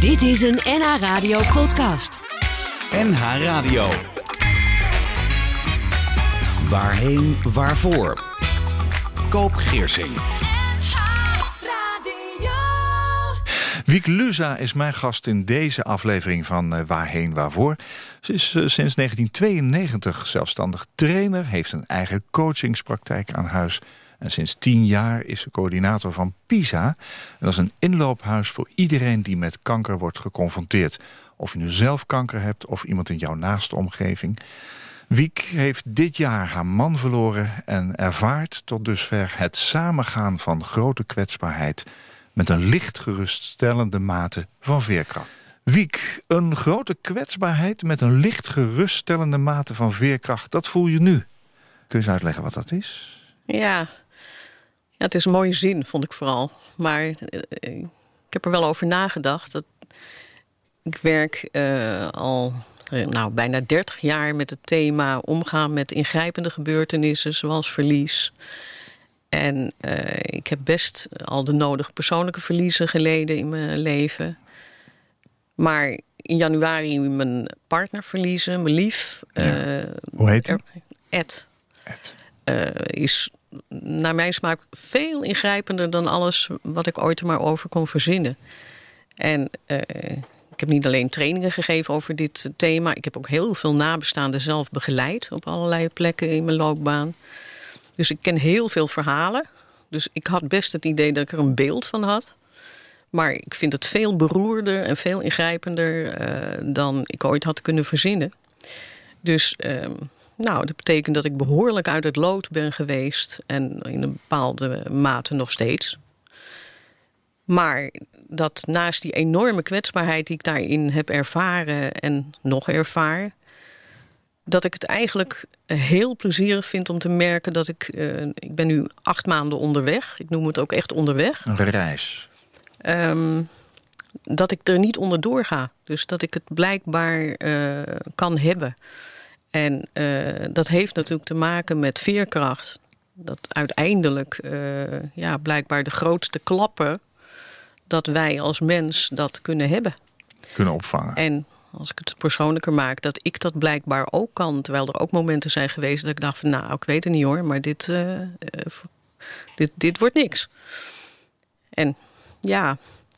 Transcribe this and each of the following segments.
Dit is een NH Radio podcast. NH Radio. Waarheen, waarvoor? Koop Geersing. Wiek Luza is mijn gast in deze aflevering van Waarheen, waarvoor. Ze is sinds 1992 zelfstandig trainer, heeft een eigen coachingspraktijk aan huis. En sinds 10 jaar is ze coördinator van PISA. En dat is een inloophuis voor iedereen die met kanker wordt geconfronteerd. Of je nu zelf kanker hebt of iemand in jouw naaste omgeving. Wiek heeft dit jaar haar man verloren en ervaart tot dusver het samengaan van grote kwetsbaarheid met een licht geruststellende mate van veerkracht. Wiek, een grote kwetsbaarheid met een licht geruststellende mate van veerkracht, dat voel je nu. Kun je eens uitleggen wat dat is? Ja, het is een mooie zin, vond ik vooral. Maar ik heb er wel over nagedacht. Ik werk al bijna 30 jaar met het thema omgaan met ingrijpende gebeurtenissen, zoals verlies. En ik heb best al de nodige persoonlijke verliezen geleden in mijn leven. Maar in januari mijn partner verliezen, mijn lief. Ja. Hoe heet hij? Ed. Is naar mijn smaak veel ingrijpender dan alles wat ik ooit er maar over kon verzinnen. En ik heb niet alleen trainingen gegeven over dit thema. Ik heb ook heel veel nabestaanden zelf begeleid op allerlei plekken in mijn loopbaan. Dus ik ken heel veel verhalen. Dus ik had best het idee dat ik er een beeld van had. Maar ik vind het veel beroerder en veel ingrijpender dan ik ooit had kunnen verzinnen. Dus dat betekent dat ik behoorlijk uit het lood ben geweest. En in een bepaalde mate nog steeds. Maar dat naast die enorme kwetsbaarheid die ik daarin heb ervaren en nog ervaar, dat ik het eigenlijk heel plezierig vind om te merken dat ik ben nu 8 maanden onderweg. Ik noem het ook echt onderweg. Een reis. Dat ik er niet onderdoor ga. Dus dat ik het blijkbaar kan hebben. En dat heeft natuurlijk te maken met veerkracht. Dat uiteindelijk blijkbaar de grootste klappen dat wij als mens dat kunnen hebben. Kunnen opvangen. En als ik het persoonlijker maak, dat ik dat blijkbaar ook kan. Terwijl er ook momenten zijn geweest dat ik dacht van ik weet het niet hoor, maar dit wordt niks. En ja,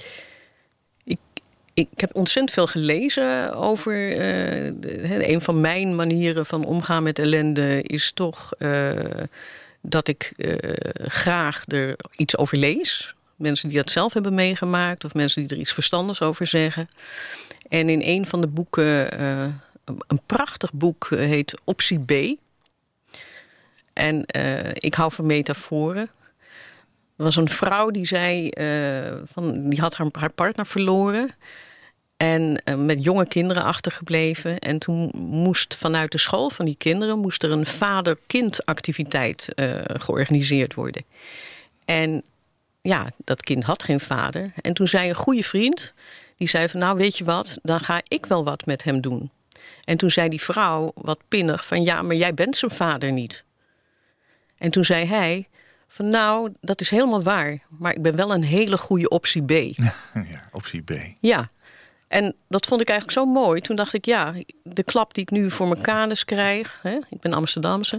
ik heb ontzettend veel gelezen over een van mijn manieren van omgaan met ellende is toch dat ik graag er iets over lees. Mensen die dat zelf hebben meegemaakt of mensen die er iets verstandigs over zeggen. En in een van de boeken, een prachtig boek, heet Optie B. En ik hou van metaforen. Er was een vrouw die zei, die had haar partner verloren en met jonge kinderen achtergebleven. En toen moest vanuit de school van die kinderen moest er een vader-kind activiteit georganiseerd worden. En ja, dat kind had geen vader. En toen zei een goede vriend, die zei van weet je wat, dan ga ik wel wat met hem doen. En toen zei die vrouw wat pinnig van ja, maar jij bent zijn vader niet. En toen zei hij van dat is helemaal waar, maar ik ben wel een hele goede optie B. Ja, optie B. Ja, en dat vond ik eigenlijk zo mooi. Toen dacht ik, de klap die ik nu voor mijn kanus krijg, ik ben Amsterdamse,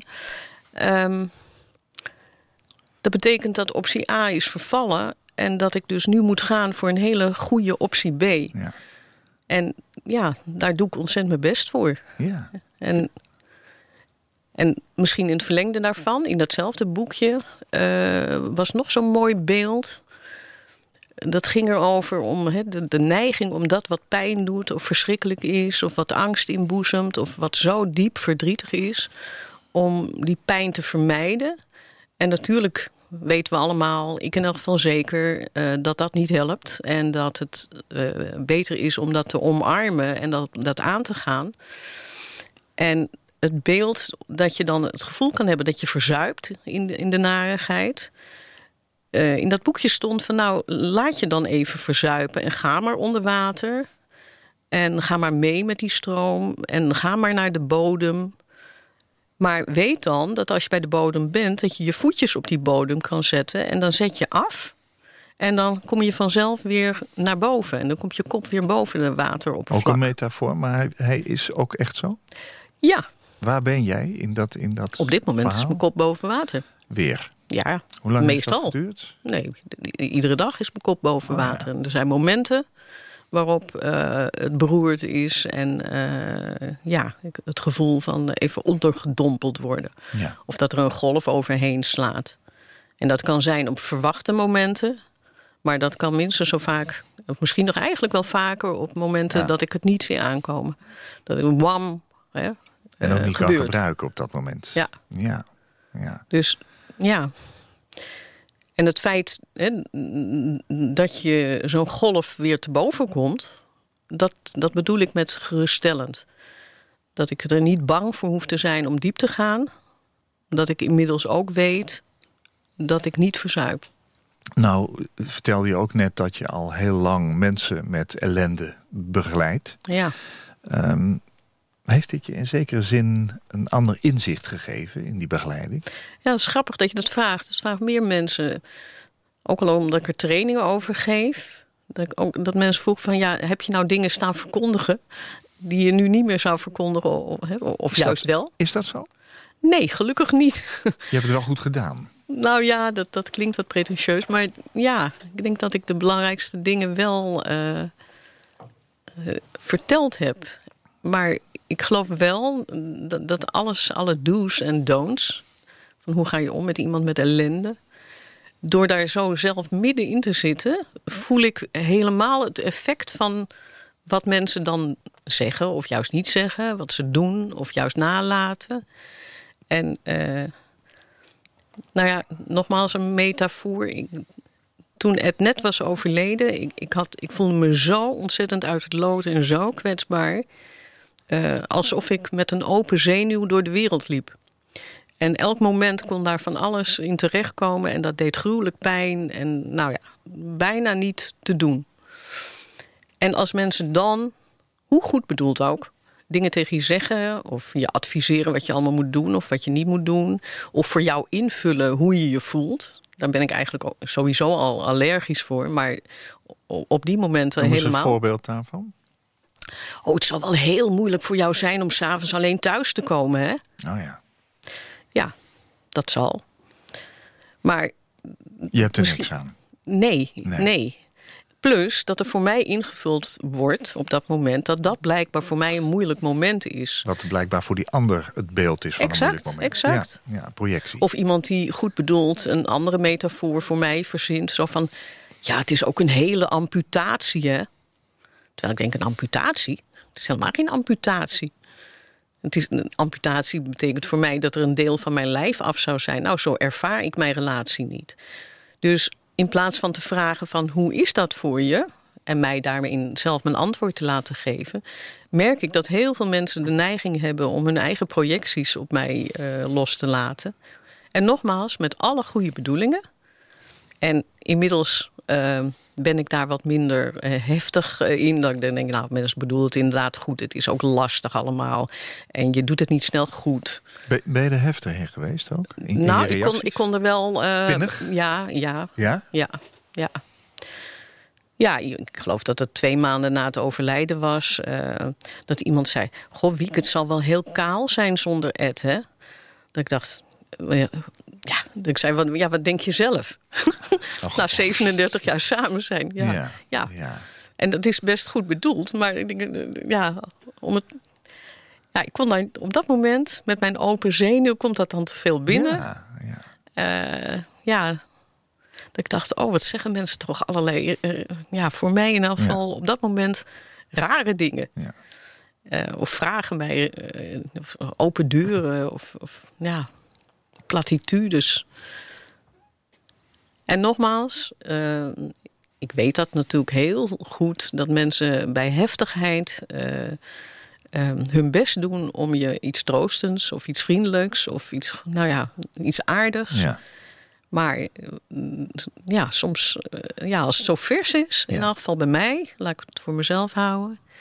dat betekent dat optie A is vervallen en dat ik dus nu moet gaan voor een hele goede optie B. Ja. En daar doe ik ontzettend mijn best voor. Ja. En misschien in het verlengde daarvan, in datzelfde boekje, was nog zo'n mooi beeld. Dat ging erover om de neiging om dat wat pijn doet of verschrikkelijk is, of wat angst inboezemt, of wat zo diep verdrietig is, om die pijn te vermijden. En natuurlijk weten we allemaal, ik in elk geval zeker, dat dat niet helpt. En dat het beter is om dat te omarmen en dat aan te gaan. En het beeld dat je dan het gevoel kan hebben dat je verzuipt in de narigheid. In dat boekje stond van laat je dan even verzuipen en ga maar onder water. En ga maar mee met die stroom en ga maar naar de bodem. Maar weet dan dat als je bij de bodem bent, dat je je voetjes op die bodem kan zetten en dan zet je af. En dan kom je vanzelf weer naar boven. En dan komt je kop weer boven de wateroppervlak. Ook een metafoor, maar hij is ook echt zo? Ja. Waar ben jij in dat Op dit moment verhaal? is mijn kop boven water. Weer? Ja, Hoe lang meestal. heeft dat geduurd? Nee, iedere dag is mijn kop boven water. En er zijn momenten waarop het beroerd is en het gevoel van even ondergedompeld worden. Ja. Of dat er een golf overheen slaat. En dat kan zijn op verwachte momenten, maar dat kan minstens zo vaak, of misschien nog eigenlijk wel vaker, op momenten dat ik het niet zie aankomen. Dat ik wam, En ook niet gebeurt. kan gebruiken op dat moment. Ja. Ja. Dus ja. En het feit dat je zo'n golf weer te boven komt, dat bedoel ik met geruststellend. Dat ik er niet bang voor hoef te zijn om diep te gaan. Dat ik inmiddels ook weet dat ik niet verzuip. Nou, vertelde je ook net dat je al heel lang mensen met ellende begeleidt. Ja. Heeft dit je in zekere zin een ander inzicht gegeven in die begeleiding? Ja, het is grappig dat je dat vraagt. Dat vragen meer mensen. Ook al omdat ik er trainingen over geef. Dat mensen vroegen van, heb je nou dingen staan verkondigen die je nu niet meer zou verkondigen? Of juist wel? Is dat zo? Nee, gelukkig niet. Je hebt het wel goed gedaan. Nou ja, dat klinkt wat pretentieus. Maar ja, ik denk dat ik de belangrijkste dingen wel verteld heb. Maar ik geloof wel dat alle do's en don'ts, van hoe ga je om met iemand met ellende, door daar zo zelf middenin te zitten, voel ik helemaal het effect van wat mensen dan zeggen of juist niet zeggen, wat ze doen of juist nalaten. En nogmaals een metafoor. Toen Ed net was overleden, ik voelde me zo ontzettend uit het lood en zo kwetsbaar. Alsof ik met een open zenuw door de wereld liep. En elk moment kon daar van alles in terechtkomen. En dat deed gruwelijk pijn. En bijna niet te doen. En als mensen dan, hoe goed bedoeld ook, dingen tegen je zeggen, of je adviseren wat je allemaal moet doen of wat je niet moet doen, of voor jou invullen hoe je je voelt, daar ben ik eigenlijk sowieso al allergisch voor. Maar op die momenten Noem eens helemaal. een voorbeeld daarvan? Het zal wel heel moeilijk voor jou zijn om 's avonds alleen thuis te komen, hè? Oh ja. Ja, dat zal. Maar Je hebt er niks aan. Nee. Plus dat er voor mij ingevuld wordt op dat moment dat blijkbaar voor mij een moeilijk moment is. Wat blijkbaar voor die ander het beeld is van een moeilijk moment. Exact. Ja, projectie. Of iemand die goed bedoeld een andere metafoor voor mij verzint. Zo van, het is ook een hele amputatie, hè? Terwijl ik denk, een amputatie? Het is helemaal geen amputatie. Een amputatie betekent voor mij dat er een deel van mijn lijf af zou zijn. Nou, zo ervaar ik mijn relatie niet. Dus in plaats van te vragen van hoe is dat voor je, en mij daarmee zelf mijn antwoord te laten geven, merk ik dat heel veel mensen de neiging hebben om hun eigen projecties op mij los te laten. En nogmaals, met alle goede bedoelingen. En inmiddels ben ik daar wat minder heftig in. Dat ik denk, mensen bedoelen het inderdaad goed. Het is ook lastig allemaal. En je doet het niet snel goed. Ben je er heftig in geweest ook? Ik kon er wel. Pinnig? Ja? Ja, ik geloof dat het 2 maanden na het overlijden was. Dat iemand zei, goh, Wiek, het zal wel heel kaal zijn zonder Ed, hè? Dat ik dacht, dat ik zei, wat denk je zelf? 37 jaar samen zijn. Ja. En dat is best goed bedoeld, maar ik denk, ik kon daar op dat moment met mijn open zenuw komt dat dan te veel binnen. Dat ik dacht, wat zeggen mensen toch allerlei, voor mij in elk geval op dat moment rare dingen. Ja. Of vragen mij, of open deuren, of platitudes. En nogmaals, ik weet dat natuurlijk heel goed, dat mensen bij heftigheid hun best doen om je iets troostends of iets vriendelijks of iets aardigs. Ja. Maar soms, als het zo vers is, in elk geval bij mij, laat ik het voor mezelf houden,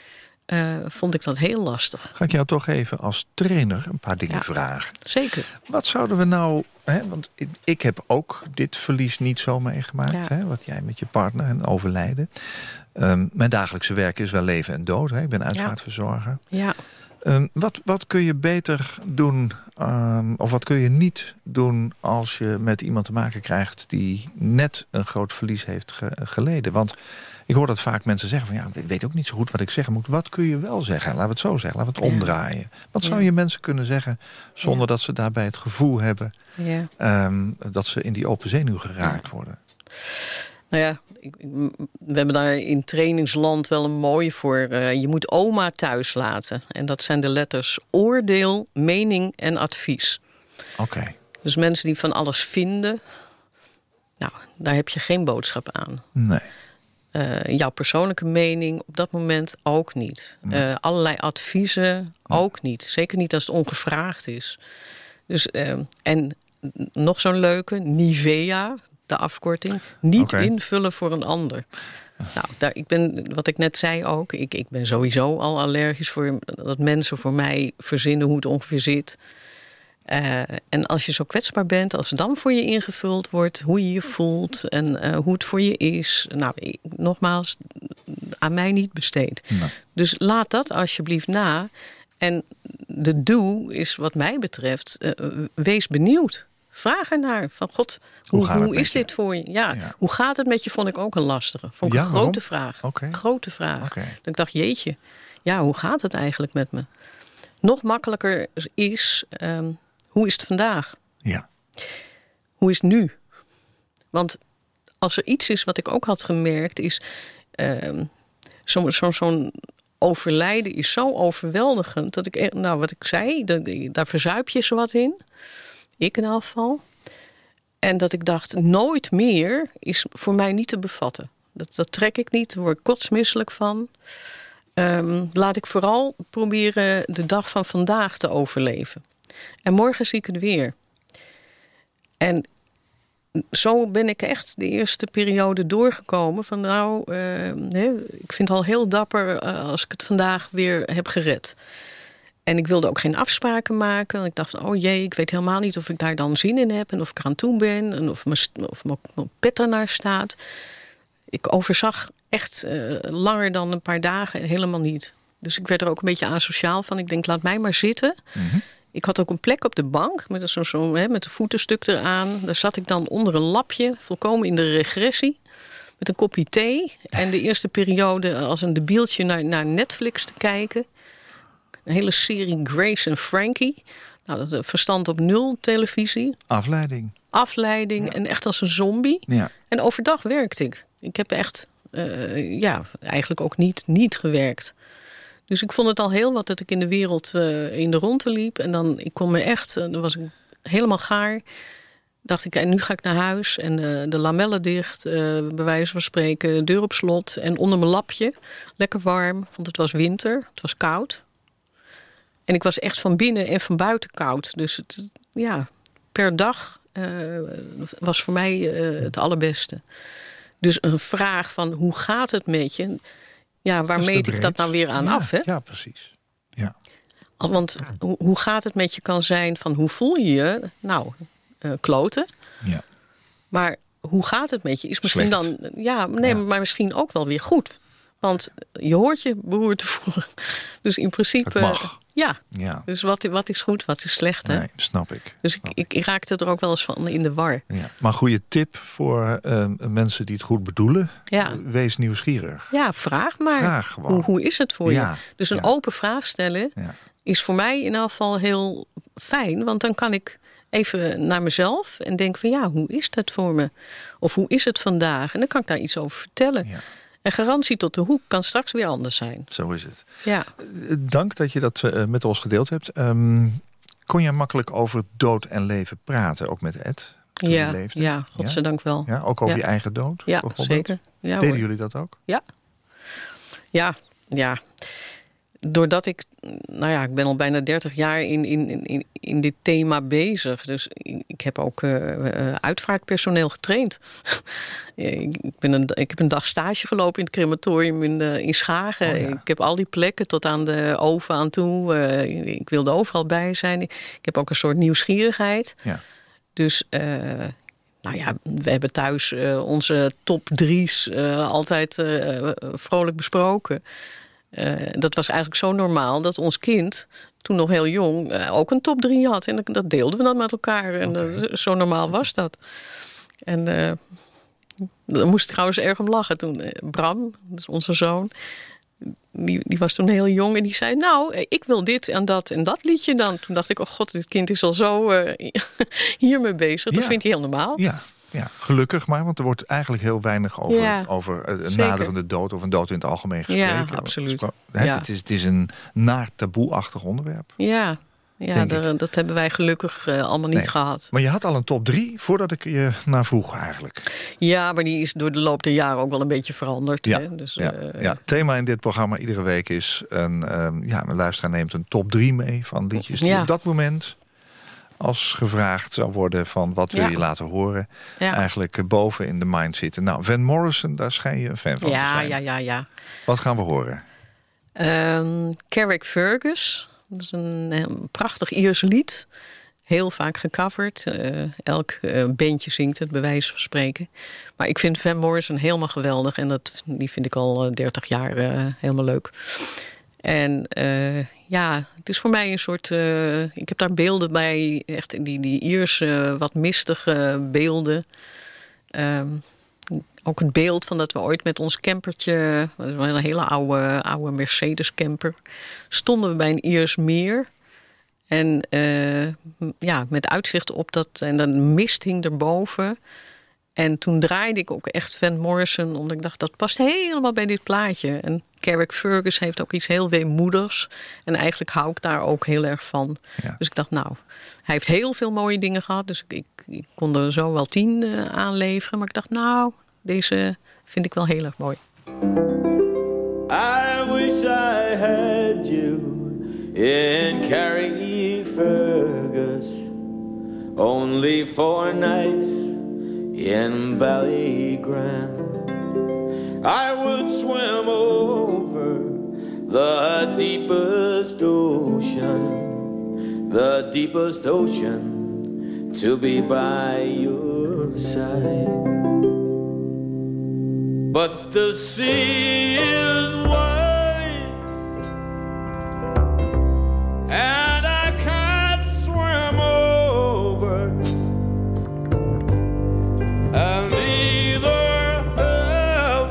vond ik dat heel lastig. Ga ik jou toch even als trainer een paar dingen vragen. Zeker. Wat zouden we nou... want ik heb ook dit verlies niet zo meegemaakt. Ja. Wat jij met je partner en overlijden. Mijn dagelijkse werk is wel leven en dood. Ik ben uitvaartverzorger. Ja. Wat kun je beter doen, of wat kun je niet doen als je met iemand te maken krijgt die net een groot verlies heeft geleden? Want ik hoor dat vaak mensen zeggen van ik weet ook niet zo goed wat ik zeggen moet. Wat kun je wel zeggen? Laten we het zo zeggen, laten we het omdraaien. Wat zou je mensen kunnen zeggen zonder dat ze daarbij het gevoel hebben dat ze in die open zenuw geraakt worden? Nou ja, we hebben daar in trainingsland wel een mooie voor. Je moet oma thuis laten. En dat zijn de letters oordeel, mening en advies. Oké. Dus mensen die van alles vinden, nou, daar heb je geen boodschap aan. Nee. Jouw persoonlijke mening op dat moment ook niet. Nee. Allerlei adviezen ook niet. Zeker niet als het ongevraagd is. Dus, en nog zo'n leuke, Nivea, de afkorting. Niet invullen voor een ander. Nou, wat ik net zei ook. Ik ben sowieso al allergisch voor dat mensen voor mij verzinnen hoe het ongeveer zit. En als je zo kwetsbaar bent, als het dan voor je ingevuld wordt, hoe je je voelt en hoe het voor je is. Nou, nogmaals, aan mij niet besteed. Nee. Dus laat dat alsjeblieft na. En de doe is wat mij betreft, wees benieuwd. Vraag ernaar. Van God, hoe is dit voor je? Ja, hoe gaat het met je? Vond ik ook een lastige. Vond ik een grote vraag. Grote vraag. Dat ik dacht, jeetje, hoe gaat het eigenlijk met me? Nog makkelijker is, hoe is het vandaag? Ja. Hoe is het nu? Want als er iets is wat ik ook had gemerkt, is zo'n overlijden is zo overweldigend dat ik, wat ik zei, daar verzuip je zo wat in. Ik in elk geval. En dat ik dacht, nooit meer is voor mij niet te bevatten. Dat trek ik niet, daar word ik kotsmisselijk van. Laat ik vooral proberen de dag van vandaag te overleven. En morgen zie ik het weer. En zo ben ik echt de eerste periode doorgekomen. Van ik vind het al heel dapper als ik het vandaag weer heb gered. En ik wilde ook geen afspraken maken. Want ik dacht, ik weet helemaal niet of ik daar dan zin in heb. En of ik eraan toe ben. En of mijn pet ernaar staat. Ik overzag echt langer dan een paar dagen helemaal niet. Dus ik werd er ook een beetje asociaal van. Ik denk, laat mij maar zitten. Mm-hmm. Ik had ook een plek op de bank met een voetenstuk eraan. Daar zat ik dan onder een lapje, volkomen in de regressie. Met een kopje thee. En de eerste periode als een debieltje naar Netflix te kijken. Een hele serie Grace en Frankie. Nou, dat verstand op 0 televisie. Afleiding en echt als een zombie. Ja. En overdag werkte ik. Ik heb echt eigenlijk ook niet gewerkt. Dus ik vond het al heel wat dat ik in de wereld in de rondte liep. En dan dan was ik helemaal gaar. Dacht ik, en nu ga ik naar huis en de lamellen dicht, bij wijze van spreken, deur op slot. En onder mijn lapje, lekker warm, want het was winter, het was koud. En ik was echt van binnen en van buiten koud. Dus per dag was voor mij het allerbeste. Dus een vraag van hoe gaat het met je? Ja, waar meet ik dat nou weer aan af? Hè? Ja, precies. Ja. Want hoe gaat het met je kan zijn van hoe voel je je? Nou, kloten. Ja. Maar hoe gaat het met je? Is misschien slecht. Maar misschien ook wel weer goed. Want je hoort je beroerte voelen. Dus in principe. Het mag. Ja. Dus wat is goed, wat is slecht? Hè? Nee, snap ik. Dus ik raakte er ook wel eens van in de war. Ja. Maar een goede tip voor mensen die het goed bedoelen. Ja. Wees nieuwsgierig. Ja, vraag maar. Vraag gewoon. Hoe is het voor je? Dus een open vraag stellen is voor mij in elk geval heel fijn. Want dan kan ik even naar mezelf en denken van hoe is dat voor me? Of hoe is het vandaag? En dan kan ik daar iets over vertellen. Ja. En garantie tot de hoek kan straks weer anders zijn. Zo is het. Ja. Dank dat je dat met ons gedeeld hebt. Kon je makkelijk over dood en leven praten, ook met Ed? Ja, godzijdank wel. Ja, ook over je eigen dood? Ja, zeker. Ja, deden jullie dat ook? Ja. doordat ik ben al bijna 30 jaar in dit thema bezig. Dus ik heb ook uitvaartpersoneel getraind. Ik heb een dag stage gelopen in het crematorium in Schagen. Oh ja. Ik heb al die plekken tot aan de oven aan toe. Ik wilde overal bij zijn. Ik heb ook een soort nieuwsgierigheid. Ja. Dus we hebben thuis onze top 3's altijd vrolijk besproken. Dat was eigenlijk zo normaal dat ons kind, toen nog heel jong, ook een top 3 had. En dat deelden we dan met elkaar. En zo normaal was dat. En daar moest ik trouwens erg om lachen toen. Bram, dat is onze zoon, die was toen heel jong en die zei, ik wil dit en dat liedje dan. Toen dacht ik, oh god, dit kind is al zo hiermee bezig. Dat vindt hij heel normaal. Ja, gelukkig maar, want er wordt eigenlijk heel weinig over een naderende dood of een dood in het algemeen gesproken. Ja, absoluut. Het is een naar taboe-achtig onderwerp. Ja, dat hebben wij gelukkig allemaal niet gehad. Maar je had al een top 3 voordat ik je naar vroeg eigenlijk. Ja, maar die is door de loop der jaren ook wel een beetje veranderd. Ja, hè? Dus, het thema in dit programma iedere week is een luisteraar neemt een top 3 mee van liedjes die op dat moment, als gevraagd zou worden van wat wil je laten horen, eigenlijk boven in de mind zitten. Nou, Van Morrison, daar schijn je een fan van te zijn. Ja. Wat gaan we horen? Carrickfergus. Dat is een prachtig Iers lied. Heel vaak gecoverd. Elk bandje zingt het, bij wijze van spreken. Maar ik vind Van Morrison helemaal geweldig. En die vind ik al 30 jaar helemaal leuk. En het is voor mij een soort... ik heb daar beelden bij, echt die Ierse, wat mistige beelden. Ook het beeld van dat we ooit met ons campertje, dat was een hele oude Mercedes camper, stonden we bij een Iers meer. En met uitzicht op dat, en dan mist hing erboven. En toen draaide ik ook echt Van Morrison, omdat ik dacht, dat past helemaal bij dit plaatje. En Carrickfergus heeft ook iets heel weemoedigs. En eigenlijk hou ik daar ook heel erg van. Ja. Dus ik dacht, hij heeft heel veel mooie dingen gehad. Dus ik kon er zo wel 10 aanleveren. Maar ik dacht, deze vind ik wel heel erg mooi. I wish I had you in Carrickfergus. Only 4 nights in Ballygrand. I would swim over the deepest ocean, to be by your side. But the sea is wide, and I can't swim over, and neither have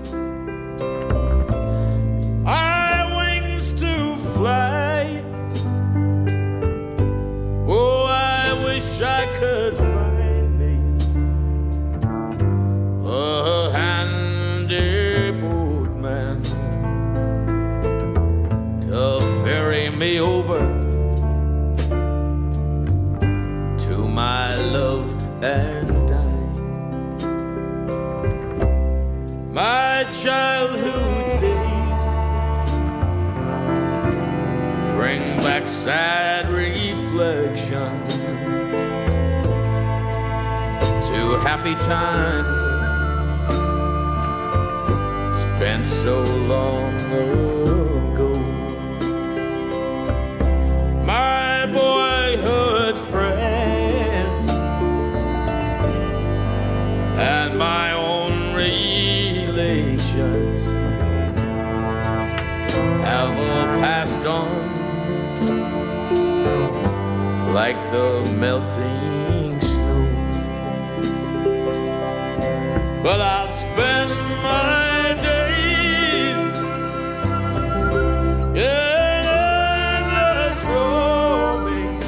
I wings to fly. Oh, I wish I could find me a handy boatman to ferry me over to my love and die. My childhood days bring back sad reflection to happy times spent so long ago. My boyhood friends and my own relations have all passed on like the melting snow. But I'll spend my days in endless roaming.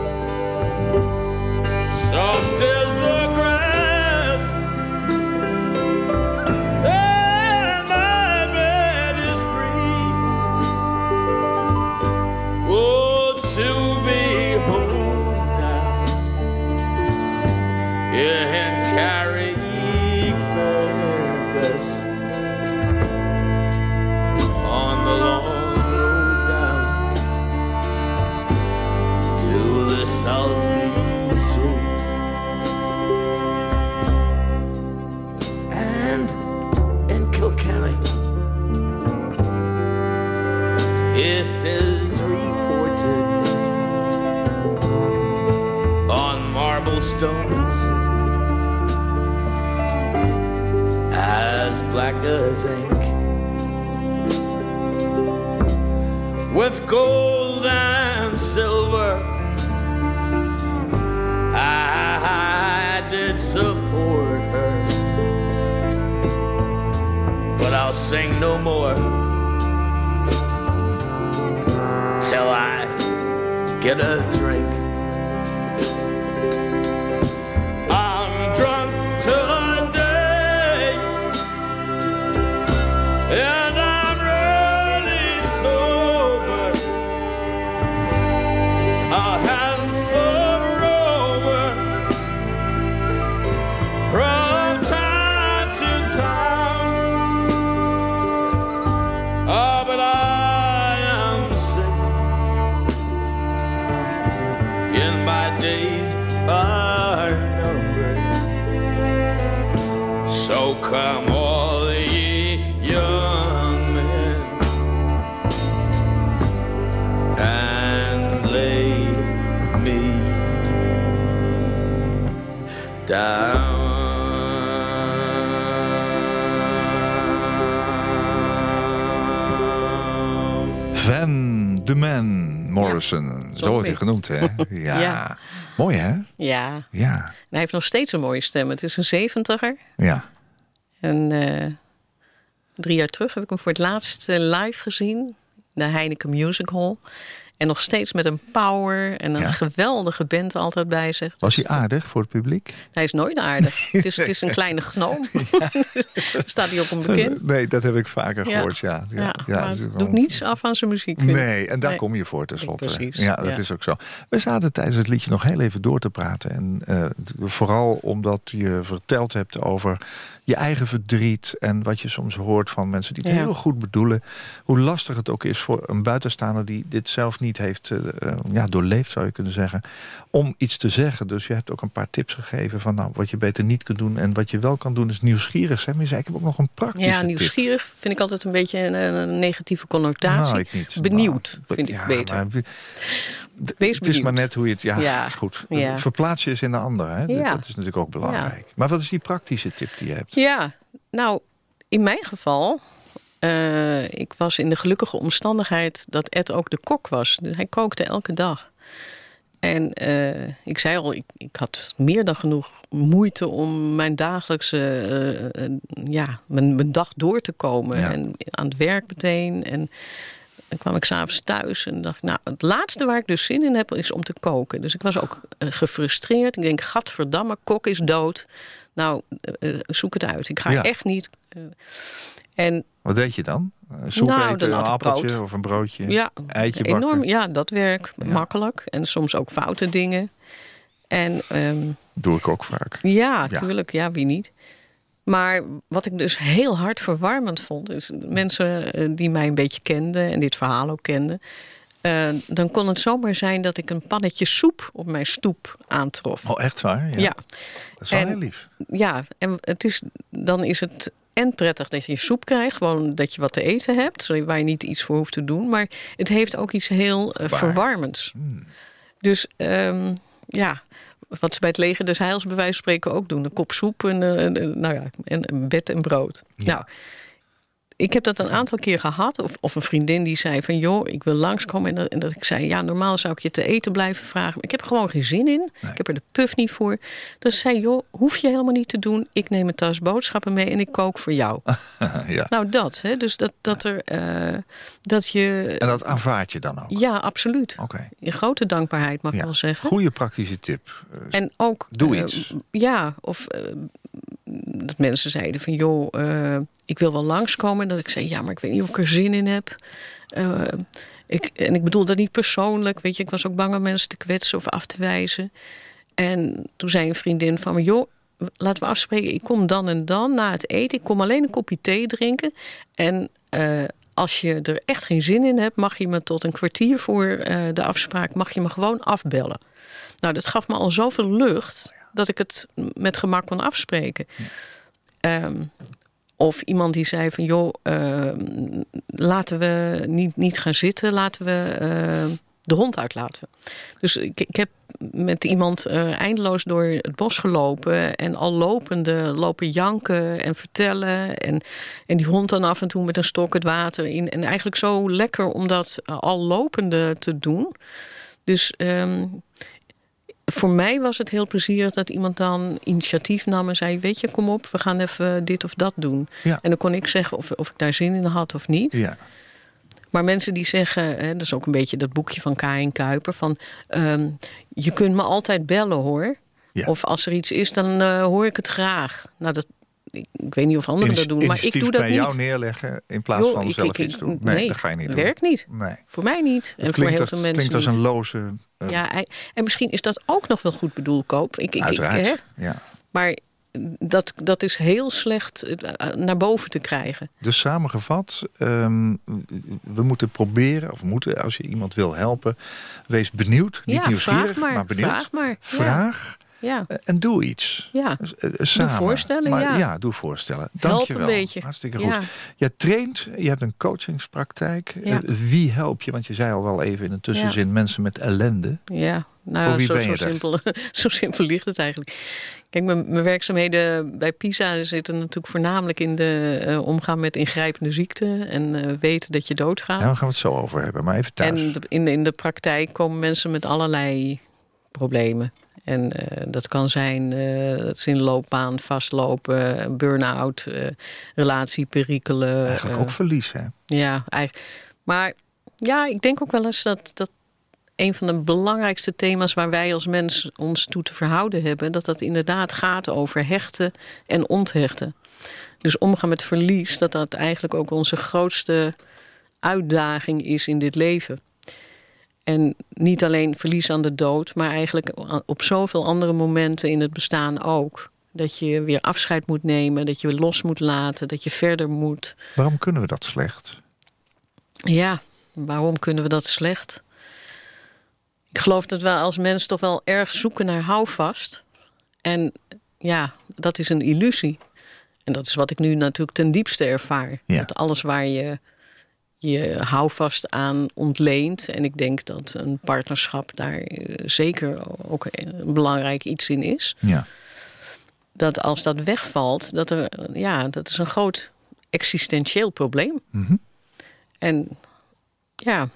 Soft as the grass, and my bed is free. Oh, to be home now in Carrickfergus. It is reported on marble stones as black as ink, with gold and silver. I did support her, but I'll sing no more till I get a drink. I'm drunk today, and I'm really sober. A handsome rover from time to time. Oh, but I am sick, and my days are numbered. So come all ye young men and lay me down. Van de Man Morrison. Zo wordt hij genoemd, hè? Ja. Ja. Mooi, hè? Ja. Ja. En hij heeft nog steeds een mooie stem. Het is een 70er. Ja. En 3 jaar terug heb ik hem voor het laatst live gezien. De Heineken Music Hall. En nog steeds met een power en een geweldige band altijd bij zich. Was hij aardig voor het publiek? Hij is nooit aardig. Het is een kleine gnoom. Staat hij ook onbekend? Nee, dat heb ik vaker gehoord, ja. Maar het doet niets af aan zijn muziek. Nee, en daar kom je voor tenslotte. Precies. Ja, dat is ook zo. We zaten tijdens het liedje nog heel even door te praten. En vooral omdat je verteld hebt over je eigen verdriet en wat je soms hoort van mensen die het heel goed bedoelen. Hoe lastig het ook is voor een buitenstaander die dit zelf niet heeft doorleefd, zou je kunnen zeggen, om iets te zeggen. Dus je hebt ook een paar tips gegeven van wat je beter niet kunt doen en wat je wel kan doen is nieuwsgierig zijn. Maar je zei, ik heb ook nog een praktische tip. Ja, nieuwsgierig vind ik altijd een beetje een negatieve connotatie. Nou, ik niet. Benieuwd vind ik beter. Maar, het is maar net hoe je het... goed. Ja. Verplaats je eens in de ander. Hè? Ja. Dat is natuurlijk ook belangrijk. Ja. Maar wat is die praktische tip die je hebt? Ja, nou, in mijn geval... ik was in de gelukkige omstandigheid dat Ed ook de kok was. Dus hij kookte elke dag. En ik zei al, ik had meer dan genoeg moeite om mijn dagelijkse... mijn dag door te komen. Ja. En aan het werk meteen. En dan kwam ik 's avonds thuis en dacht, nou, het laatste waar ik dus zin in heb is om te koken. Dus ik was ook gefrustreerd. Ik denk, gadverdamme, kok is dood. Nou, zoek het uit. Ik ga echt niet... En wat deed je dan? Soep eten, een appeltje brood. Of een broodje? Ja, eitje bakken? Enorm, ja, dat werkt makkelijk. En soms ook foute dingen. En, doe ik ook vaak. Ja, tuurlijk. Ja, wie niet. Maar wat ik dus heel hard verwarmend vond... is mensen die mij een beetje kenden... en dit verhaal ook kenden... dan kon het zomaar zijn dat ik een pannetje soep op mijn stoep aantrof. Oh, echt waar? Ja. Dat is wel heel lief. Ja, en dan is het... En prettig dat je soep krijgt, gewoon dat je wat te eten hebt, waar je niet iets voor hoeft te doen. Maar het heeft ook iets heel verwarmends. Dus wat ze bij het leger des Heils bij wijze van spreken ook doen. Een kop soep en een bed en brood. Ja. Nou, ik heb dat een aantal keer gehad. Of een vriendin die zei van, joh, ik wil langskomen. En dat ik zei, ja, normaal zou ik je te eten blijven vragen. Maar ik heb er gewoon geen zin in. Nee. Ik heb er de puff niet voor. Dus zei, joh, hoef je helemaal niet te doen. Ik neem een tas boodschappen mee en ik kook voor jou. Ja. Nou, dat. Hè, dus dat je... En dat aanvaard je dan ook? Ja, absoluut. Okay. In grote dankbaarheid mag ik wel zeggen. Goede praktische tip. En ook... Doe iets. Of... dat mensen zeiden van, joh, ik wil wel langskomen. En dat ik zei, ja, maar ik weet niet of ik er zin in heb. En ik bedoel dat niet persoonlijk. Weet je, ik was ook bang om mensen te kwetsen of af te wijzen. En toen zei een vriendin van me, joh, laten we afspreken. Ik kom dan en dan na het eten. Ik kom alleen een kopje thee drinken. En als je er echt geen zin in hebt, mag je me tot een kwartier voor de afspraak, mag je me gewoon afbellen. Nou, dat gaf me al zoveel lucht dat ik het met gemak kon afspreken. Ja. Of iemand die zei van, joh, laten we niet gaan zitten, laten we de hond uitlaten. Dus ik heb met iemand eindeloos door het bos gelopen en al lopende lopen janken en vertellen. En die hond dan af en toe met een stok het water in. En eigenlijk zo lekker om dat al lopende te doen. Dus voor mij was het heel plezierig dat iemand dan initiatief nam en zei, weet je, kom op, we gaan even dit of dat doen. Ja. En dan kon ik zeggen of ik daar zin in had of niet. Ja. Maar mensen die zeggen, dat is ook een beetje dat boekje van Karin Kuiper, van je kunt me altijd bellen hoor. Ja. Of als er iets is, dan hoor ik het graag. Nou, ik weet niet of anderen dat doen, maar ik doe dat bij niet. Jou neerleggen in plaats van zelf iets doen. Nee, dat ga je niet doen. Werkt niet. Nee. Voor mij niet. En voor heel veel mensen klinkt als een loze... Ja, en misschien is dat ook nog wel goed bedoeld, Koop. Uiteraard, ja. Maar dat is heel slecht naar boven te krijgen. Dus samengevat, we moeten proberen, als je iemand wil helpen, wees benieuwd. Niet nieuwsgierig, maar benieuwd. Vraag. Ja. En doe iets. Ja. Samen. Doe voorstellen, ja, doe voorstellen. Dank je wel. Een beetje. Hartstikke goed. Jij traint, je hebt een coachingspraktijk. Ja. Wie help je? Want je zei al wel even in een tussenzin mensen met ellende. Ja, nou, voor wie ben je zo simpel ligt het eigenlijk. Kijk, mijn werkzaamheden bij PISA zitten natuurlijk voornamelijk in de omgaan met ingrijpende ziekten en weten dat je doodgaat. Ja, daar gaan we het zo over hebben, maar even thuis. En in de praktijk komen mensen met allerlei problemen. En dat kan zijn dat ze in de loopbaan vastlopen, burn-out, relatieperikelen. Eigenlijk ook verlies, hè? Ja, eigenlijk. Maar ja, ik denk ook wel eens dat een van de belangrijkste thema's waar wij als mens ons toe te verhouden hebben, dat inderdaad gaat over hechten en onthechten. Dus omgaan met verlies, dat eigenlijk ook onze grootste uitdaging is in dit leven. En niet alleen verlies aan de dood, maar eigenlijk op zoveel andere momenten in het bestaan ook. Dat je weer afscheid moet nemen, dat je los moet laten, dat je verder moet. Waarom kunnen we dat slecht? Ja, waarom kunnen we dat slecht? Ik geloof dat we als mens toch wel erg zoeken naar houvast. En ja, dat is een illusie. En dat is wat ik nu natuurlijk ten diepste ervaar. Ja. Dat alles waar je houvast aan ontleent. En ik denk dat een partnerschap daar zeker ook een belangrijk iets in is. Ja. Dat als dat wegvalt, dat is een groot existentieel probleem. Mm-hmm. En ja,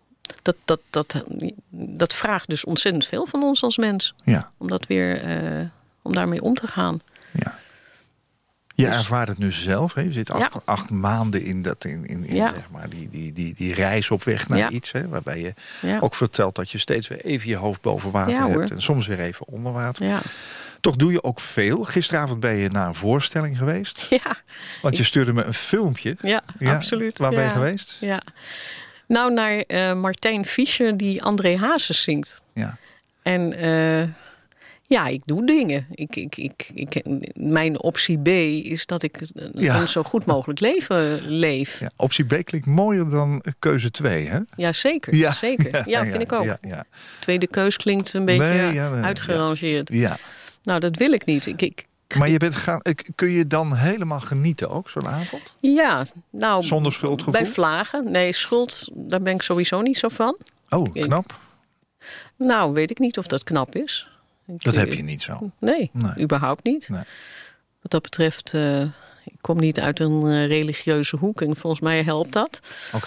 dat vraagt dus ontzettend veel van ons als mens. Ja. Om daarmee om te gaan. Ja. Je ervaart het nu zelf. Hè? Je zit 8 maanden in zeg maar, die reis op weg naar iets. Hè? Waarbij je ook vertelt dat je steeds weer even je hoofd boven water hebt. En soms weer even onder water. Ja. Toch doe je ook veel. Gisteravond ben je naar een voorstelling geweest. Ja. Want je stuurde me een filmpje. Ja, absoluut. Waar ben je geweest? Ja. Nou, naar Martijn Fischer die André Hazes zingt. Ja. En ja, ik doe dingen. Mijn optie B is dat ik een zo goed mogelijk leven leef. Ja, optie B klinkt mooier dan keuze 2, hè? Ja, zeker. Ja, zeker. Ja, vind ik ook. Ja. Tweede keus klinkt een beetje uitgerangeerd. Ja. Nou, dat wil ik niet. Maar kun je dan helemaal genieten ook, zo'n avond? Ja, nou... Zonder schuldgevoel? Bij vlagen. Nee, schuld, daar ben ik sowieso niet zo van. Oh, knap. Nou, weet ik niet of dat knap is. Dat heb je niet zo? Nee, überhaupt niet. Nee. Wat dat betreft, ik kom niet uit een religieuze hoek en volgens mij helpt dat. Oké.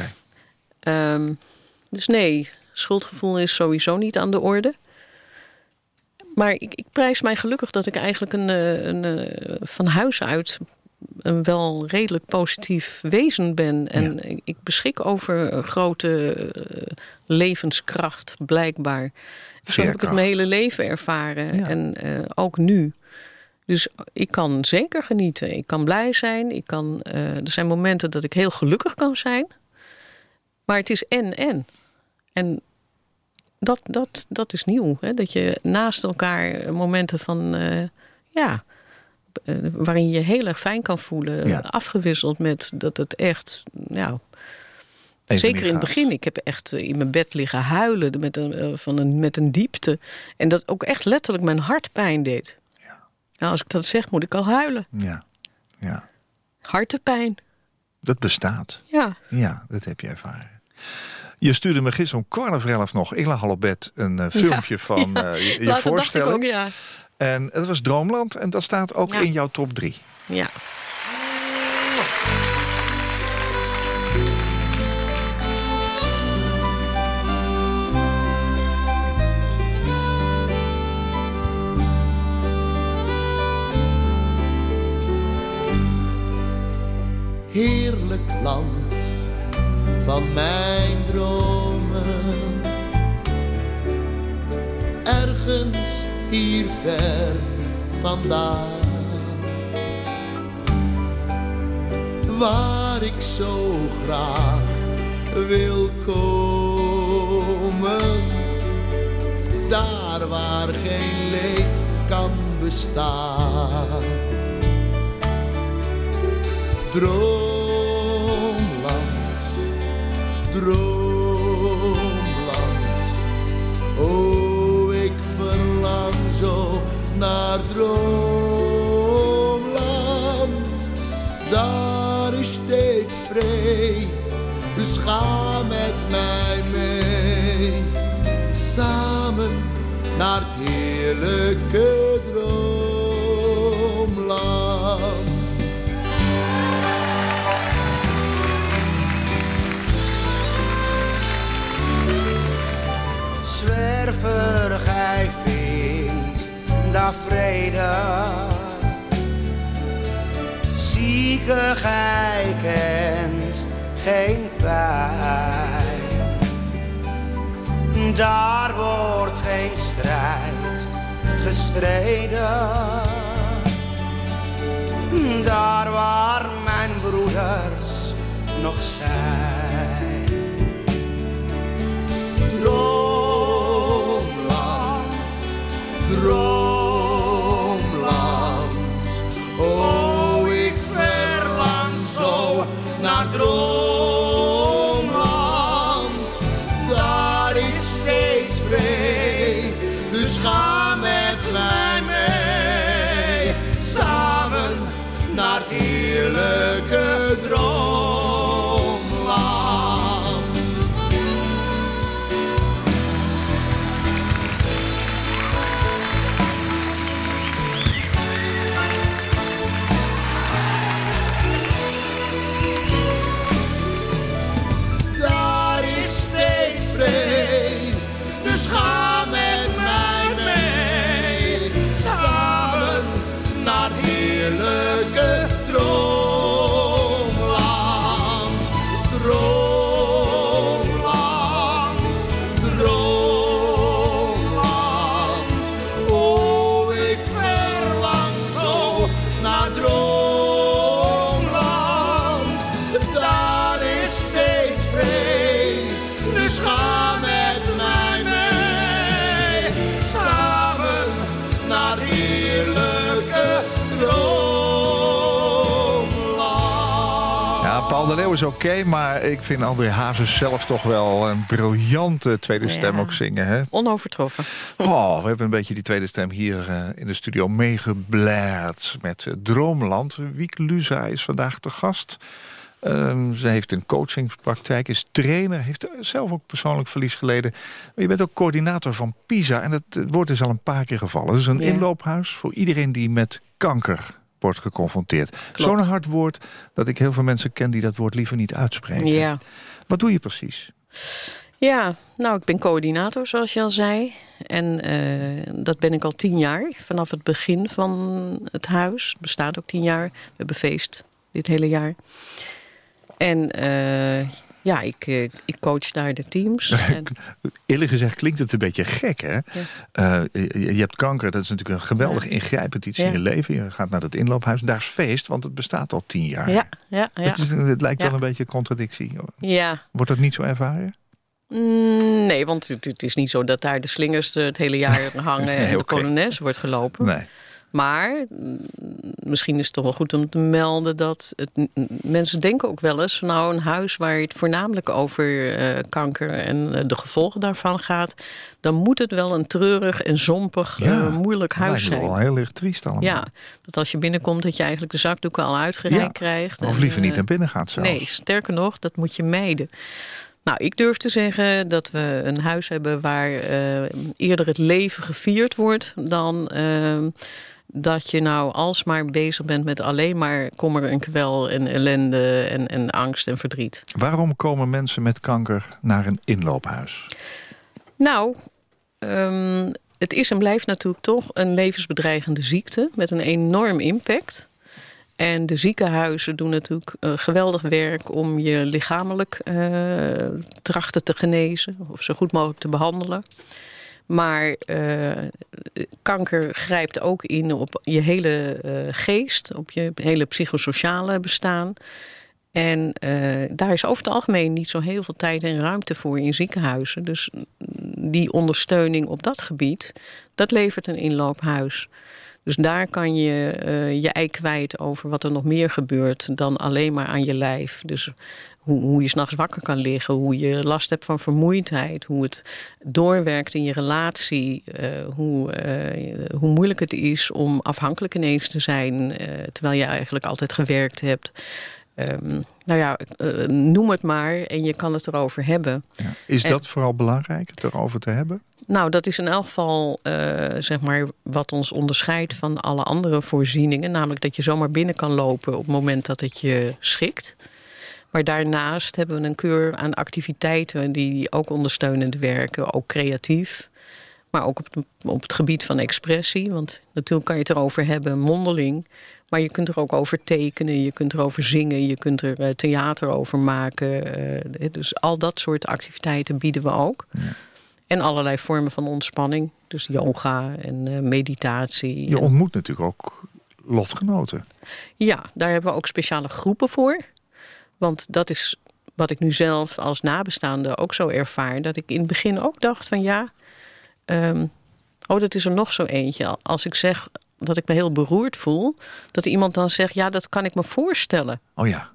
Dus nee, schuldgevoel is sowieso niet aan de orde. Maar ik prijs mij gelukkig dat ik eigenlijk van huis uit een wel redelijk positief wezen ben. En ik beschik over grote levenskracht, blijkbaar. Zo heb ik het mijn hele leven ervaren. Ja. En ook nu. Dus ik kan zeker genieten. Ik kan blij zijn. Er zijn momenten dat ik heel gelukkig kan zijn. Maar het is en. En dat is nieuw. Hè? Dat je naast elkaar momenten van... waarin je heel erg fijn kan voelen. Afgewisseld met dat het echt... zeker in het begin. Ik heb echt in mijn bed liggen huilen met een diepte. En dat ook echt letterlijk mijn hart pijn deed. Ja. Nou, als ik dat zeg, moet ik al huilen. Ja. Hartepijn. Dat bestaat. Ja. Ja, dat heb je ervaren. Je stuurde me gisteren om 11:15 nog, ik lag al op bed, een filmpje van je Later voorstelling. dacht ik ook, ja. En het was Droomland en dat staat ook in jouw top 3. Ja. Heerlijk land van mijn dromen, ergens hier ver vandaan, waar ik zo graag wil komen, daar waar geen leed kan bestaan. Droomland, droomland, oh ik verlang zo naar droomland. Daar is steeds vrede, dus ga met mij mee, samen naar het heerlijke droomland. Zwerver, gij vindt daar vrede. Zieke, gij kent geen pijn. Daar wordt geen strijd gestreden. Daar waar mijn broeders nog zijn. Droomland, oh ik verlang zo naar droomland. Daar is steeds vrede, dus ga met mij mee, samen naar het heerlijke droomland. Dus ga met mij mee, samen naar het heerlijke droomland. Droomland, droomland, oh ik verlang zo naar droomland. Daar is steeds vrede, dus ga met mij mee, samen naar het heerlijke droomland. Ja, Paul de Leeuw is oké, maar ik vind André Hazes zelf toch wel een briljante tweede stem ook zingen. Hè? Onovertroffen. Oh, we hebben een beetje die tweede stem hier in de studio meegeblaerd met Droomland. Wieke Luza is vandaag te gast. Ze heeft een coachingspraktijk, is trainer, heeft zelf ook persoonlijk verlies geleden. Maar je bent ook coördinator van PISA en dat woord is al een paar keer gevallen. Het is een inloophuis voor iedereen die met kanker wordt geconfronteerd. Zo'n hard woord dat ik heel veel mensen ken die dat woord liever niet uitspreken. Ja. Wat doe je precies? Ja, nou, ik ben coördinator, zoals je al zei. En dat ben ik al 10 jaar. Vanaf het begin van het huis. Het bestaat ook 10 jaar. We hebben feest dit hele jaar. En ja, ik coach daar de teams. En Eerlijk gezegd klinkt het een beetje gek, hè? Ja. Je hebt kanker, dat is natuurlijk een geweldig ingrijpend iets in je leven. Je gaat naar het inloophuis, daar is feest, want het bestaat al 10 jaar. Ja. Het lijkt wel een beetje een contradictie. Ja. Wordt dat niet zo ervaren? Nee, want het is niet zo dat daar de slingers het hele jaar hangen en de Polonaise wordt gelopen. Nee. Maar misschien is het toch wel goed om te melden dat mensen denken ook wel eens, nou, een huis waar het voornamelijk over kanker en de gevolgen daarvan gaat, dan moet het wel een treurig en zompig, moeilijk huis zijn. Wel heel erg triest allemaal. Ja, dat als je binnenkomt dat je eigenlijk de zakdoeken al uitgereikt krijgt. Of liever niet naar binnen gaat zelfs. Nee, sterker nog, dat moet je mijden. Nou, ik durf te zeggen dat we een huis hebben waar eerder het leven gevierd wordt dan dat je nou alsmaar bezig bent met alleen maar kommer en kwel en ellende en angst en verdriet. Waarom komen mensen met kanker naar een inloophuis? Nou, het is en blijft natuurlijk toch een levensbedreigende ziekte met een enorm impact. En de ziekenhuizen doen natuurlijk geweldig werk om je lichamelijk trachten te genezen of zo goed mogelijk te behandelen. Maar kanker grijpt ook in op je hele geest, op je hele psychosociale bestaan. En daar is over het algemeen niet zo heel veel tijd en ruimte voor in ziekenhuizen. Dus die ondersteuning op dat gebied, dat levert een inloophuis. Dus daar kan je je ei kwijt over wat er nog meer gebeurt dan alleen maar aan je lijf. Dus hoe je 's nachts wakker kan liggen, hoe je last hebt van vermoeidheid, hoe het doorwerkt in je relatie, hoe moeilijk het is om afhankelijk ineens te zijn, terwijl je eigenlijk altijd gewerkt hebt. Noem het maar en je kan het erover hebben. Ja. Is dat vooral belangrijk, het erover te hebben? Nou, dat is in elk geval zeg maar wat ons onderscheidt van alle andere voorzieningen. Namelijk dat je zomaar binnen kan lopen op het moment dat het je schikt. Maar daarnaast hebben we een keur aan activiteiten die ook ondersteunend werken. Ook creatief, maar ook op het gebied van expressie. Want natuurlijk kan je het erover hebben mondeling. Maar je kunt er ook over tekenen, je kunt erover zingen, je kunt er theater over maken. Dus al dat soort activiteiten bieden we ook. Ja. En allerlei vormen van ontspanning. Dus yoga en meditatie. Je ontmoet natuurlijk ook lotgenoten. Ja, daar hebben we ook speciale groepen voor. Want dat is wat ik nu zelf als nabestaande ook zo ervaar. Dat ik in het begin ook dacht van dat is er nog zo eentje. Als ik zeg dat ik me heel beroerd voel, dat iemand dan zegt, ja, dat kan ik me voorstellen. Oh ja.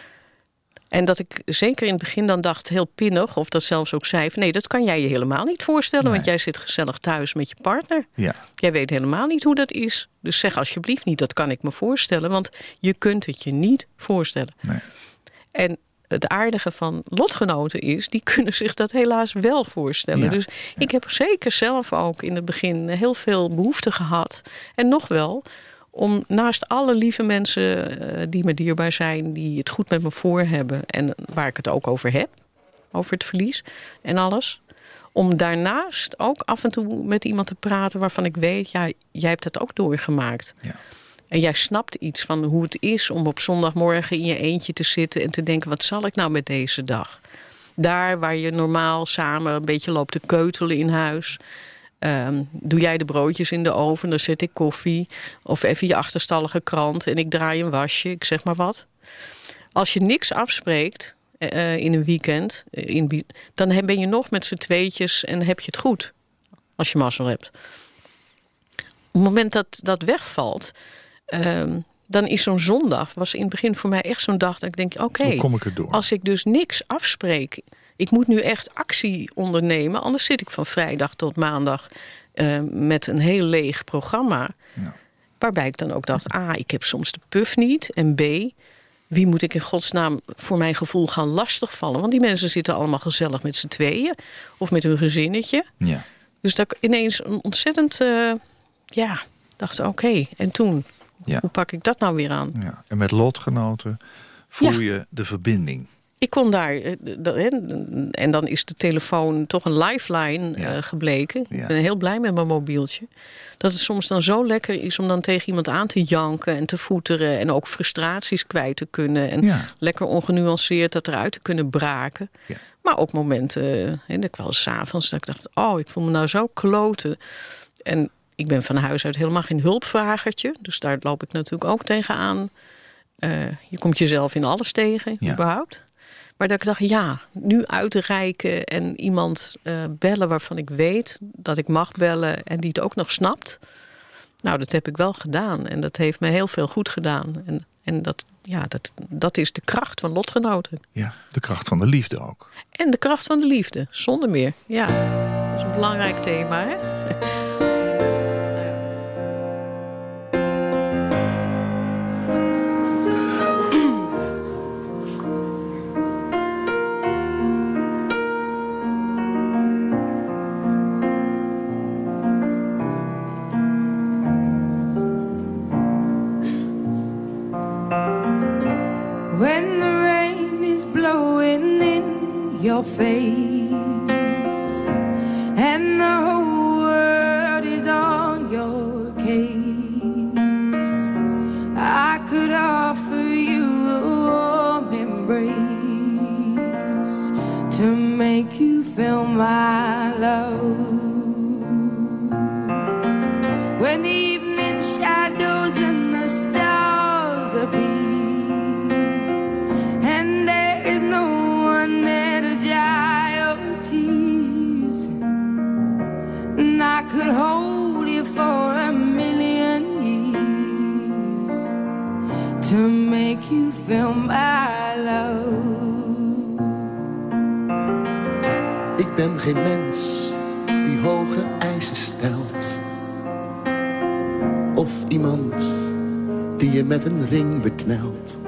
En dat ik zeker in het begin dan dacht, heel pinnig, of dat zelfs ook zei van nee, dat kan jij je helemaal niet voorstellen, want jij zit gezellig thuis met je partner. Ja. Jij weet helemaal niet hoe dat is. Dus zeg alsjeblieft niet, dat kan ik me voorstellen, want je kunt het je niet voorstellen. Nee. En het aardige van lotgenoten is, die kunnen zich dat helaas wel voorstellen. Ja. Dus ik heb zeker zelf ook in het begin heel veel behoefte gehad, en nog wel, om naast alle lieve mensen die me dierbaar zijn, die het goed met me voor hebben en waar ik het ook over heb, over het verlies en alles, om daarnaast ook af en toe met iemand te praten waarvan ik weet, ja, jij hebt dat ook doorgemaakt. Ja. En jij snapt iets van hoe het is om op zondagmorgen in je eentje te zitten en te denken, wat zal ik nou met deze dag? Daar waar je normaal samen een beetje loopt te keutelen in huis, doe jij de broodjes in de oven, dan zet ik koffie of even je achterstallige krant en ik draai een wasje, ik zeg maar wat. Als je niks afspreekt in een weekend, dan ben je nog met z'n tweetjes en heb je het goed, als je mazzel hebt. Op het moment dat dat wegvalt, dan is zo'n zondag, was in het begin voor mij echt zo'n dag dat ik denk, oké, als ik dus niks afspreek, ik moet nu echt actie ondernemen, anders zit ik van vrijdag tot maandag met een heel leeg programma. Ja. Waarbij ik dan ook dacht, ik heb soms de puf niet. En B, wie moet ik in godsnaam voor mijn gevoel gaan lastigvallen? Want die mensen zitten allemaal gezellig met z'n tweeën of met hun gezinnetje. Ja. Dus dat ik ineens ontzettend dacht, oké, en toen? Ja. Hoe pak ik dat nou weer aan? Ja. En met lotgenoten voel je de verbinding. Ik kon daar, en dan is de telefoon toch een lifeline gebleken. Ja. Ik ben heel blij met mijn mobieltje. Dat het soms dan zo lekker is om dan tegen iemand aan te janken en te voeteren. En ook frustraties kwijt te kunnen. En lekker ongenuanceerd dat eruit te kunnen braken. Ja. Maar ook momenten, dat ik wel 's avonds dat ik dacht, ik voel me nou zo kloten. En ik ben van huis uit helemaal geen hulpvragertje. Dus daar loop ik natuurlijk ook tegenaan. Je komt jezelf in alles tegen, überhaupt. Maar dat ik dacht, nu uitreiken en iemand bellen waarvan ik weet dat ik mag bellen en die het ook nog snapt. Nou, dat heb ik wel gedaan. En dat heeft me heel veel goed gedaan. En dat is de kracht van lotgenoten. Ja, de kracht van de liefde ook. En de kracht van de liefde, zonder meer. Ja, dat is een belangrijk thema, hè? When the rain is blowing in your face and the whole world is on your case, I could offer you a warm embrace to make you feel my love. When the evening shadows and the stars appear and there is no one there to dry your tears, and I could hold you for a million years to make you feel my love. Ik ben geen mens die hoge eisen stelt, of iemand die je met een ring beknelt,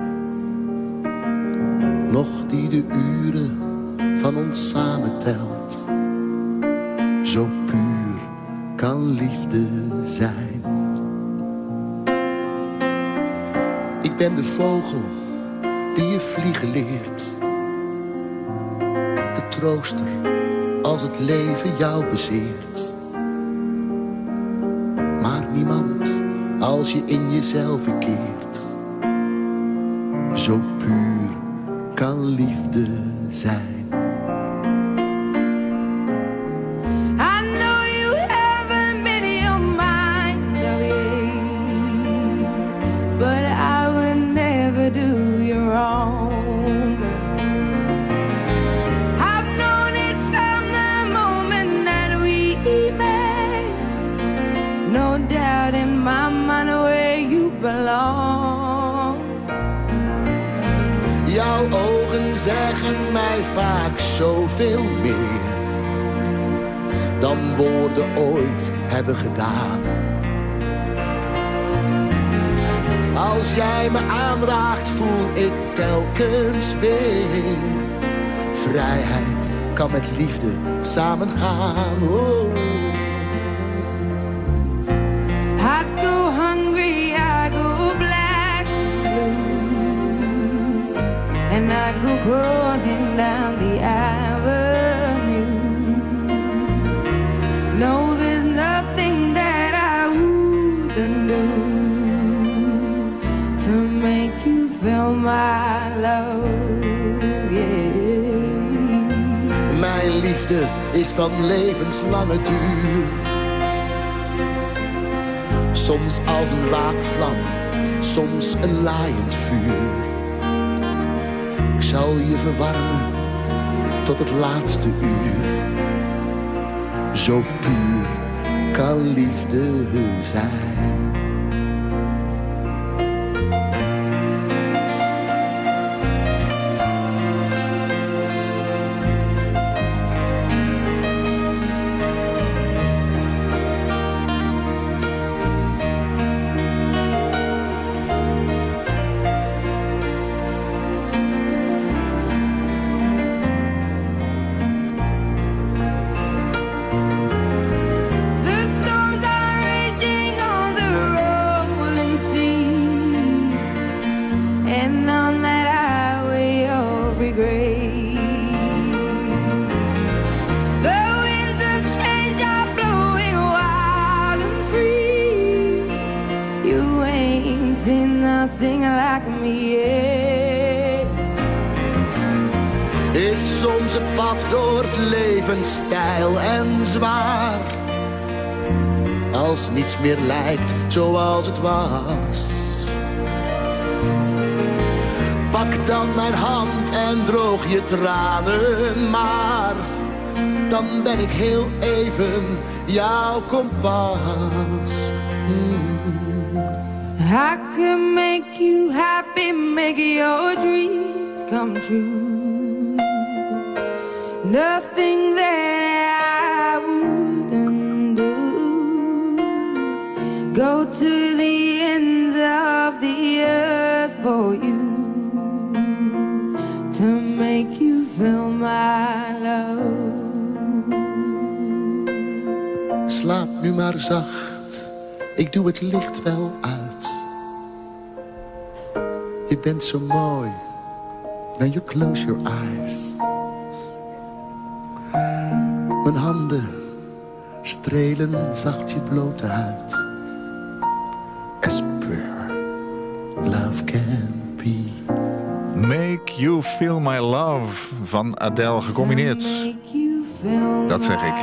nog die de uren van ons samen telt. Zo puur kan liefde zijn. Ik ben de vogel die je vliegen leert, de trooster als het leven jou bezeert, maar niemand als je in jezelf keert. Zo puur kan liefde zijn. I know you haven't been in your mind, but I would never do you wrong, girl. I've known it from the moment that we met. No doubt in my mind where you belong. Jouw ogen zeggen mij vaak zoveel meer dan woorden ooit hebben gedaan. Als jij me aanraakt voel ik telkens weer, vrijheid kan met liefde samengaan. Oh. I go hungry, I go black and blue, and I go crawling down the avenue. No, there's nothing that I wouldn't do to make you feel my love, yeah. Mijn liefde is van levenslange duur, soms als een waakvlam, soms een laaiend vuur. Ik zal je verwarmen tot het laatste uur. Zo puur kan liefde zijn. Nothing like me, yeah. Is soms het pad door het leven steil en zwaar, als niets meer lijkt zoals het was. Pak dan mijn hand en droog je tranen maar, dan ben ik heel even jouw kompas. I can make you happy, make your dreams come true. Nothing that I wouldn't do. Go to the ends of the earth for you, to make you feel my love. Slaap nu maar zacht, ik doe het licht wel uit. Je bent zo mooi, when you close your eyes. Mijn handen strelen zacht je blote huid. As pure love can be. Make You Feel My Love van Adele gecombineerd. Dat zeg ik.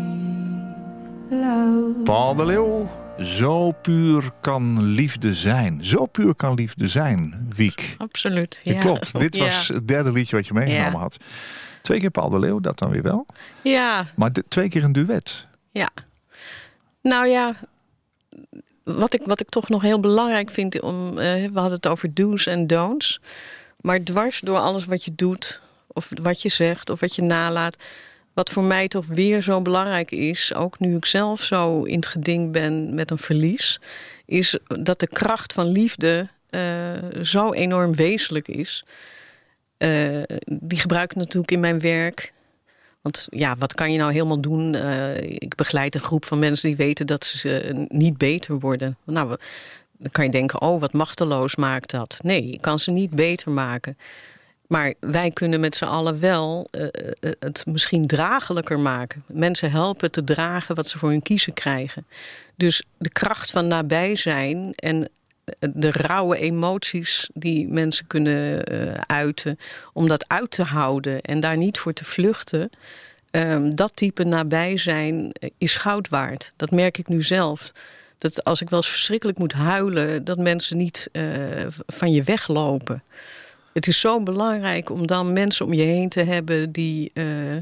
Paul de Leeuw. Zo puur kan liefde zijn. Zo puur kan liefde zijn, Wiek. Absoluut, ja. Klopt, dit was het derde liedje wat je meegenomen had. 2 keer Paul de Leeuw, dat dan weer wel. Ja. Maar 2 keer een duet. Ja. Nou ja, wat ik toch nog heel belangrijk vind... we hadden het over do's en don'ts. Maar dwars door alles wat je doet, of wat je zegt, of wat je nalaat... wat voor mij toch weer zo belangrijk is... ook nu ik zelf zo in het geding ben met een verlies... is dat de kracht van liefde zo enorm wezenlijk is. Die gebruik ik natuurlijk in mijn werk. Want ja, wat kan je nou helemaal doen? Ik begeleid een groep van mensen die weten dat ze niet beter worden. Nou, dan kan je denken, oh, wat machteloos maakt dat. Nee, ik kan ze niet beter maken. Maar wij kunnen met z'n allen wel het misschien draaglijker maken. Mensen helpen te dragen wat ze voor hun kiezen krijgen. Dus de kracht van nabij zijn en de rauwe emoties die mensen kunnen uiten... om dat uit te houden en daar niet voor te vluchten... dat type nabij zijn is goud waard. Dat merk ik nu zelf. Dat als ik wel eens verschrikkelijk moet huilen... dat mensen niet van je weglopen. Het is zo belangrijk om dan mensen om je heen te hebben... die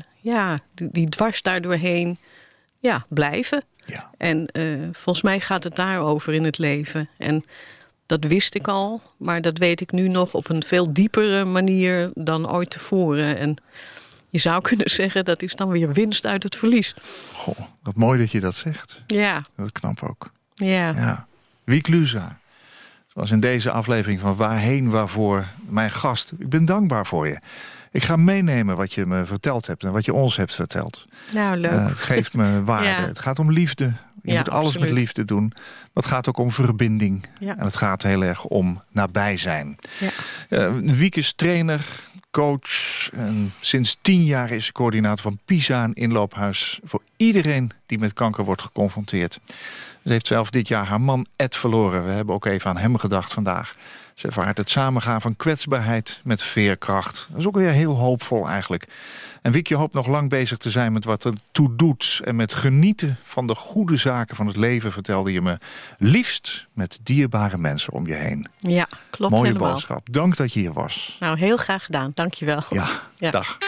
dwars daardoorheen blijven. Ja. En volgens mij gaat het daarover in het leven. En dat wist ik al, maar dat weet ik nu nog... op een veel diepere manier dan ooit tevoren. En je zou kunnen zeggen, dat is dan weer winst uit het verlies. Goh, wat mooi dat je dat zegt. Ja. Dat knap ook. Ja. Wiek Luza was in deze aflevering van Waarheen Waarvoor mijn gast. Ik ben dankbaar voor je. Ik ga meenemen wat je me verteld hebt en wat je ons hebt verteld. Nou, leuk. Het geeft me waarde. Ja. Het gaat om liefde. Je moet alles absoluut. met liefde doen. Maar het gaat ook om verbinding. Ja. En het gaat heel erg om nabij zijn. Ja. Wiek is trainer, coach. En sinds 10 jaar is ze coördinator van PISA, een inloophuis voor iedereen die met kanker wordt geconfronteerd. Ze heeft zelf dit jaar haar man Ed verloren. We hebben ook even aan hem gedacht vandaag. Ze ervaart het samengaan van kwetsbaarheid met veerkracht. Dat is ook weer heel hoopvol eigenlijk. En Wiek, je hoopt nog lang bezig te zijn met wat er toe doet. En met genieten van de goede zaken van het leven, vertelde je me. Liefst met dierbare mensen om je heen. Ja, klopt. Mooie helemaal. boodschap. Dank dat je hier was. Nou, heel graag gedaan. Dank je wel. Ja, dag.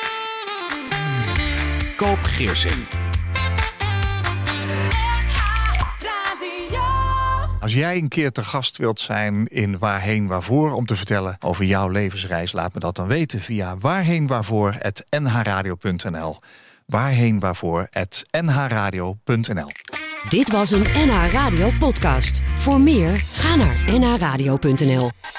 Koop Geersing. Als jij een keer te gast wilt zijn in Waarheen Waarvoor... om te vertellen over jouw levensreis, laat me dat dan weten... via waarheenwaarvoor@nhradio.nl. Waarheenwaarvoor@nhradio.nl. Dit was een NH Radio podcast. Voor meer, ga naar nhradio.nl.